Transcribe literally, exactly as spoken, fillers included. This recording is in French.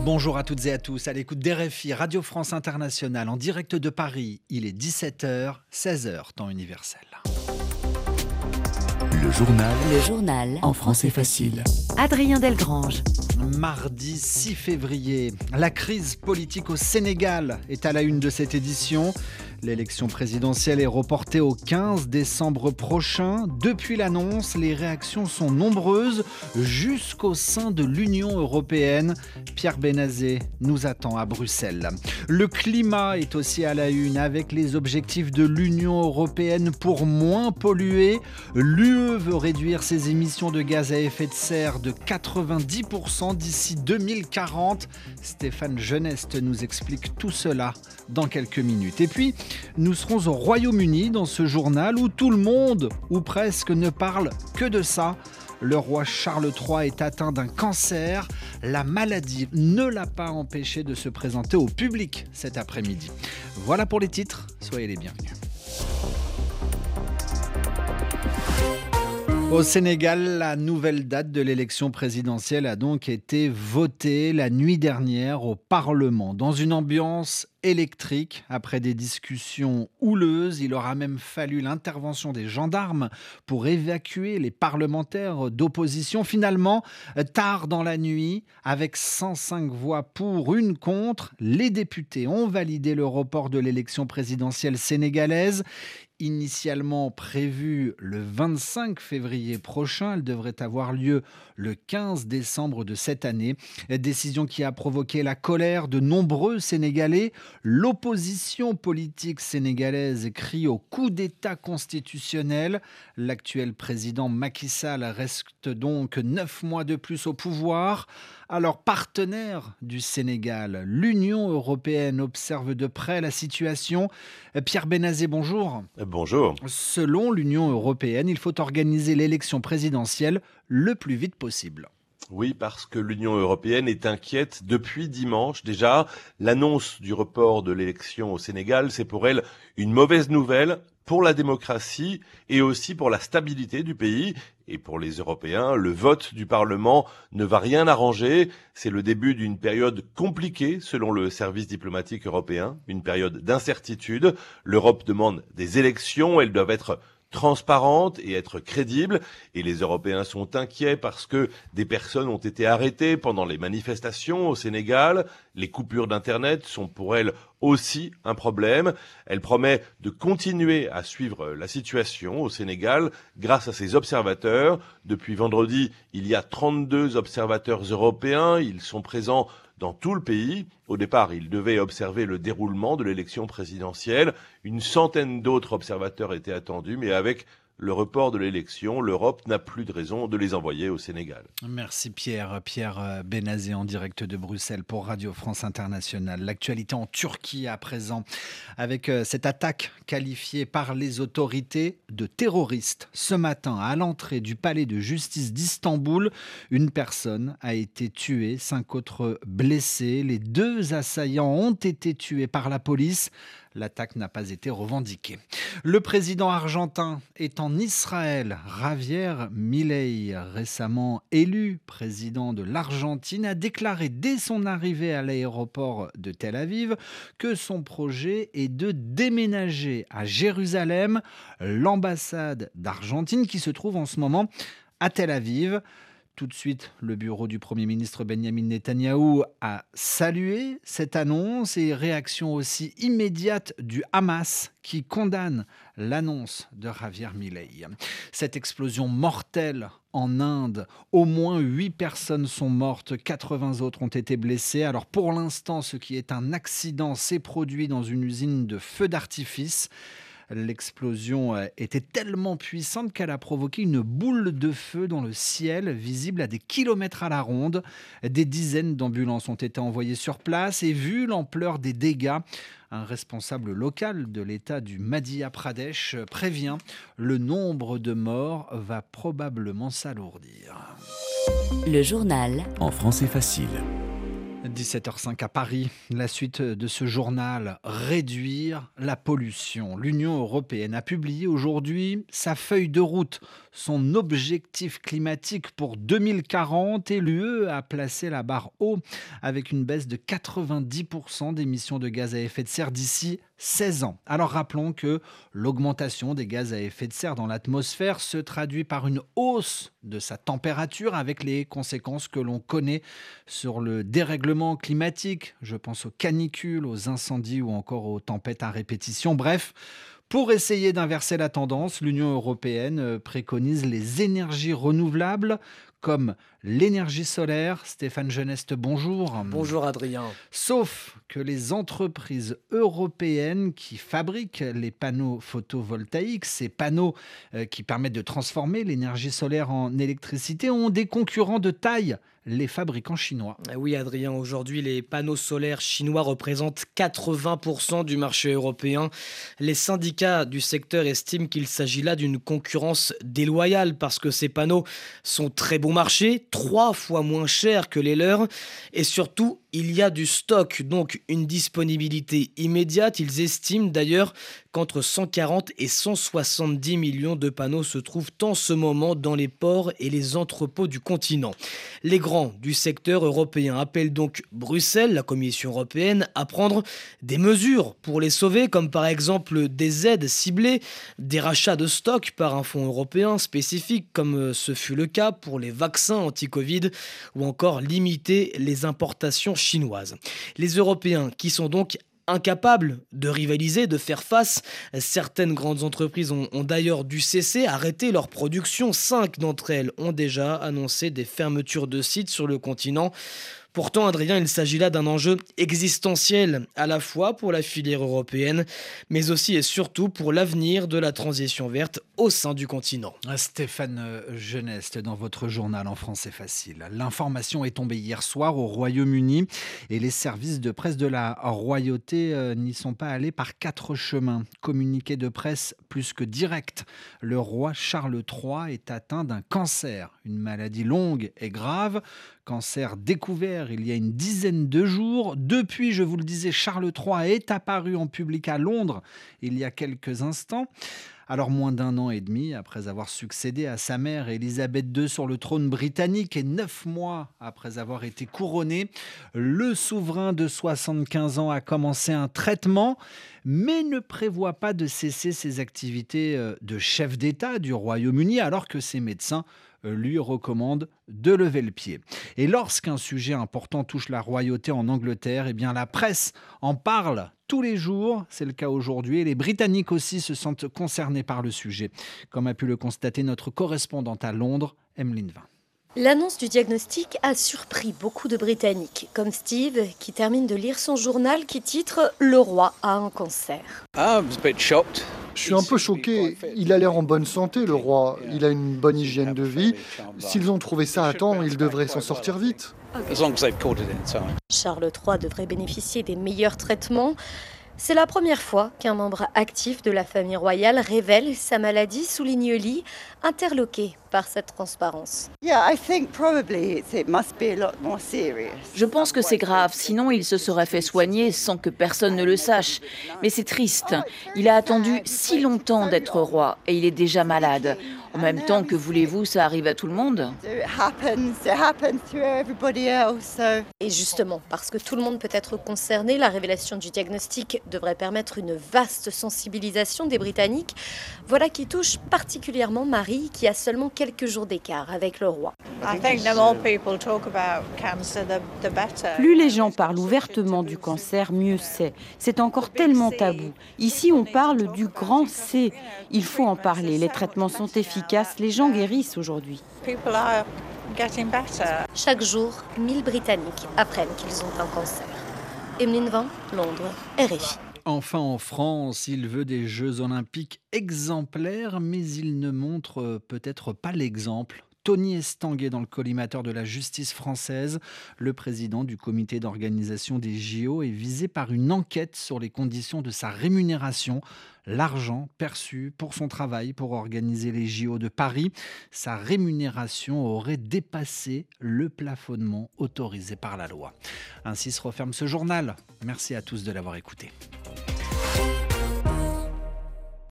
Bonjour à toutes et à tous, à l'écoute d'R F I, Radio France Internationale, en direct de Paris. Il est dix-sept heures, seize heures, temps universel. Le journal. Le journal. En français facile. Adrien Delgrange. Mardi six février, la crise politique au Sénégal est à la une de cette édition. L'élection présidentielle est reportée au quinze décembre prochain. Depuis l'annonce, les réactions sont nombreuses jusqu'au sein de l'Union européenne. Pierre Benazet nous attend à Bruxelles. Le climat est aussi à la une avec les objectifs de l'Union européenne pour moins polluer. L'U E veut réduire ses émissions de gaz à effet de serre de quatre-vingt-dix pour cent d'ici deux mille quarante. Stéphane Geneste nous explique tout cela dans quelques minutes. Et puis, nous serons au Royaume-Uni dans ce journal où tout le monde, ou presque, ne parle que de ça. Le roi Charles trois est atteint d'un cancer. La maladie ne l'a pas empêché de se présenter au public cet après-midi. Voilà pour les titres, soyez les bienvenus. Au Sénégal, la nouvelle date de l'élection présidentielle a donc été votée la nuit dernière au Parlement. Dans une ambiance électrique, après des discussions houleuses, il aura même fallu l'intervention des gendarmes pour évacuer les parlementaires d'opposition. Finalement, tard dans la nuit, avec cent cinq voix pour, une contre, les députés ont validé le report de l'élection présidentielle sénégalaise. Initialement prévue le vingt-cinq février prochain, elle devrait avoir lieu le quinze décembre de cette année. Décision qui a provoqué la colère de nombreux Sénégalais. L'opposition politique sénégalaise crie au coup d'État constitutionnel. L'actuel président Macky Sall reste donc neuf mois de plus au pouvoir. Alors, partenaire du Sénégal, l'Union européenne observe de près la situation. Pierre Benazet, bonjour. Bonjour. Selon l'Union européenne, il faut organiser l'élection présidentielle le plus vite possible. Oui, parce que l'Union européenne est inquiète depuis dimanche. Déjà, l'annonce du report de l'élection au Sénégal, c'est pour elle une mauvaise nouvelle pour la démocratie et aussi pour la stabilité du pays. Et pour les Européens, le vote du Parlement ne va rien arranger. C'est le début d'une période compliquée selon le service diplomatique européen, une période d'incertitude. L'Europe demande des élections, elles doivent être transparentes et être crédibles. Et les Européens sont inquiets parce que des personnes ont été arrêtées pendant les manifestations au Sénégal. Les coupures d'Internet sont pour elles aussi un problème. Elle promet de continuer à suivre la situation au Sénégal grâce à ses observateurs. Depuis vendredi, il y a trente-deux observateurs européens. Ils sont présents dans tout le pays. Au départ, ils devaient observer le déroulement de l'élection présidentielle. Une centaine d'autres observateurs étaient attendus, mais avec le report de l'élection, l'Europe n'a plus de raison de les envoyer au Sénégal. Merci Pierre. Pierre Benazet en direct de Bruxelles pour Radio France Internationale. L'actualité en Turquie à présent, avec cette attaque qualifiée par les autorités de terroriste. Ce matin, à l'entrée du palais de justice d'Istanbul, une personne a été tuée, cinq autres blessés. Les deux assaillants ont été tués par la police. L'attaque n'a pas été revendiquée. Le président argentin est en Israël. Javier Milei, récemment élu président de l'Argentine, a déclaré dès son arrivée à l'aéroport de Tel Aviv que son projet est de déménager à Jérusalem l'ambassade d'Argentine qui se trouve en ce moment à Tel Aviv. Tout de suite, le bureau du Premier ministre Benyamin Netanyahou a salué cette annonce et réaction aussi immédiate du Hamas qui condamne l'annonce de Javier Milei. Cette explosion mortelle en Inde, au moins huit personnes sont mortes, quatre-vingts autres ont été blessées. Alors pour l'instant, ce qui est un accident s'est produit dans une usine de feux d'artifice. L'explosion était tellement puissante qu'elle a provoqué une boule de feu dans le ciel, visible à des kilomètres à la ronde. Des dizaines d'ambulances ont été envoyées sur place et vu l'ampleur des dégâts, un responsable local de l'État du Madhya Pradesh prévient, le nombre de morts va probablement s'alourdir. Le journal. En français facile. dix-sept heures cinq à Paris, la suite de ce journal, réduire la pollution. L'Union européenne a publié aujourd'hui sa feuille de route son objectif climatique pour deux mille quarante et l'U E a placé la barre haut avec une baisse de quatre-vingt-dix pour cent d'émissions de gaz à effet de serre d'ici seize ans. Alors rappelons que l'augmentation des gaz à effet de serre dans l'atmosphère se traduit par une hausse de sa température avec les conséquences que l'on connaît sur le dérèglement climatique. Je pense aux canicules, aux incendies ou encore aux tempêtes à répétition. Bref, pour essayer d'inverser la tendance, l'Union européenne préconise les énergies renouvelables comme l'énergie solaire. Stéphane Geneste, bonjour. Bonjour Adrien. Sauf que les entreprises européennes qui fabriquent les panneaux photovoltaïques, ces panneaux euh, qui permettent de transformer l'énergie solaire en électricité, ont des concurrents de taille, les fabricants chinois. Oui Adrien, aujourd'hui les panneaux solaires chinois représentent quatre-vingts pour cent du marché européen. Les syndicats du secteur estiment qu'il s'agit là d'une concurrence déloyale parce que ces panneaux sont très bon marché, trois fois moins chers que les leurs et surtout il y a du stock, donc une disponibilité immédiate. Ils estiment d'ailleurs qu'entre cent quarante et cent soixante-dix millions de panneaux se trouvent en ce moment dans les ports et les entrepôts du continent. Les grands du secteur européen appellent donc Bruxelles, la Commission européenne, à prendre des mesures pour les sauver, comme par exemple des aides ciblées, des rachats de stock par un fonds européen spécifique, comme ce fut le cas pour les vaccins anti-Covid, ou encore limiter les importations chinoises. Les Européens qui sont donc incapables de rivaliser, de faire face. Certaines grandes entreprises ont, ont d'ailleurs dû cesser, arrêter leur production. Cinq d'entre elles ont déjà annoncé des fermetures de sites sur le continent. Pourtant, Adrien, il s'agit là d'un enjeu existentiel, à la fois pour la filière européenne, mais aussi et surtout pour l'avenir de la transition verte au sein du continent. Stéphane Geneste, dans votre journal En français facile. L'information est tombée hier soir au Royaume-Uni et les services de presse de la royauté euh, n'y sont pas allés par quatre chemins. Communiqué de presse plus que direct. Le roi Charles trois est atteint d'un cancer, une maladie longue et grave. Cancer découvert il y a une dizaine de jours. Depuis, je vous le disais, Charles trois est apparu en public à Londres il y a quelques instants. Alors, moins d'un an et demi après avoir succédé à sa mère Élisabeth deux sur le trône britannique et neuf mois après avoir été couronné, le souverain de soixante-quinze ans a commencé un traitement, mais ne prévoit pas de cesser ses activités de chef d'État du Royaume-Uni, alors que ses médecins lui recommande de lever le pied. Et lorsqu'un sujet important touche la royauté en Angleterre, eh bien la presse en parle tous les jours. C'est le cas aujourd'hui et les Britanniques aussi se sentent concernés par le sujet, comme a pu le constater notre correspondante à Londres, Emeline Vin. L'annonce du diagnostic a surpris beaucoup de Britanniques, comme Steve, qui termine de lire son journal qui titre « Le roi a un cancer ». Je suis un peu choqué. Il a l'air en bonne santé, le roi. Il a une bonne hygiène de vie. S'ils ont trouvé ça à temps, il devrait s'en sortir vite. Charles trois devrait bénéficier des meilleurs traitements. C'est la première fois qu'un membre actif de la famille royale révèle sa maladie, souligne Lee, interloqué par cette transparence. Je pense que c'est grave, sinon il se serait fait soigner sans que personne ne le sache. Mais c'est triste, il a attendu si longtemps d'être roi et il est déjà malade. En même temps, que voulez-vous, ça arrive à tout le monde. Et justement, parce que tout le monde peut être concerné, la révélation du diagnostic devrait permettre une vaste sensibilisation des Britanniques. Voilà qui touche particulièrement Marie, qui a seulement quelques jours d'écart avec le roi. Plus les gens parlent ouvertement du cancer, mieux c'est. C'est encore tellement tabou. Ici, on parle du grand C. Il faut en parler. Les traitements sont efficaces. Les gens guérissent aujourd'hui. Chaque jour, mille Britanniques apprennent qu'ils ont un cancer. Emeline Vin, Londres, R F I. Enfin en France, il veut des Jeux Olympiques exemplaires, mais il ne montre peut-être pas l'exemple. Tony Estanguet dans le collimateur de la justice française. Le président du comité d'organisation des J O est visé par une enquête sur les conditions de sa rémunération. L'argent perçu pour son travail pour organiser les J O de Paris, sa rémunération aurait dépassé le plafonnement autorisé par la loi. Ainsi se referme ce journal. Merci à tous de l'avoir écouté.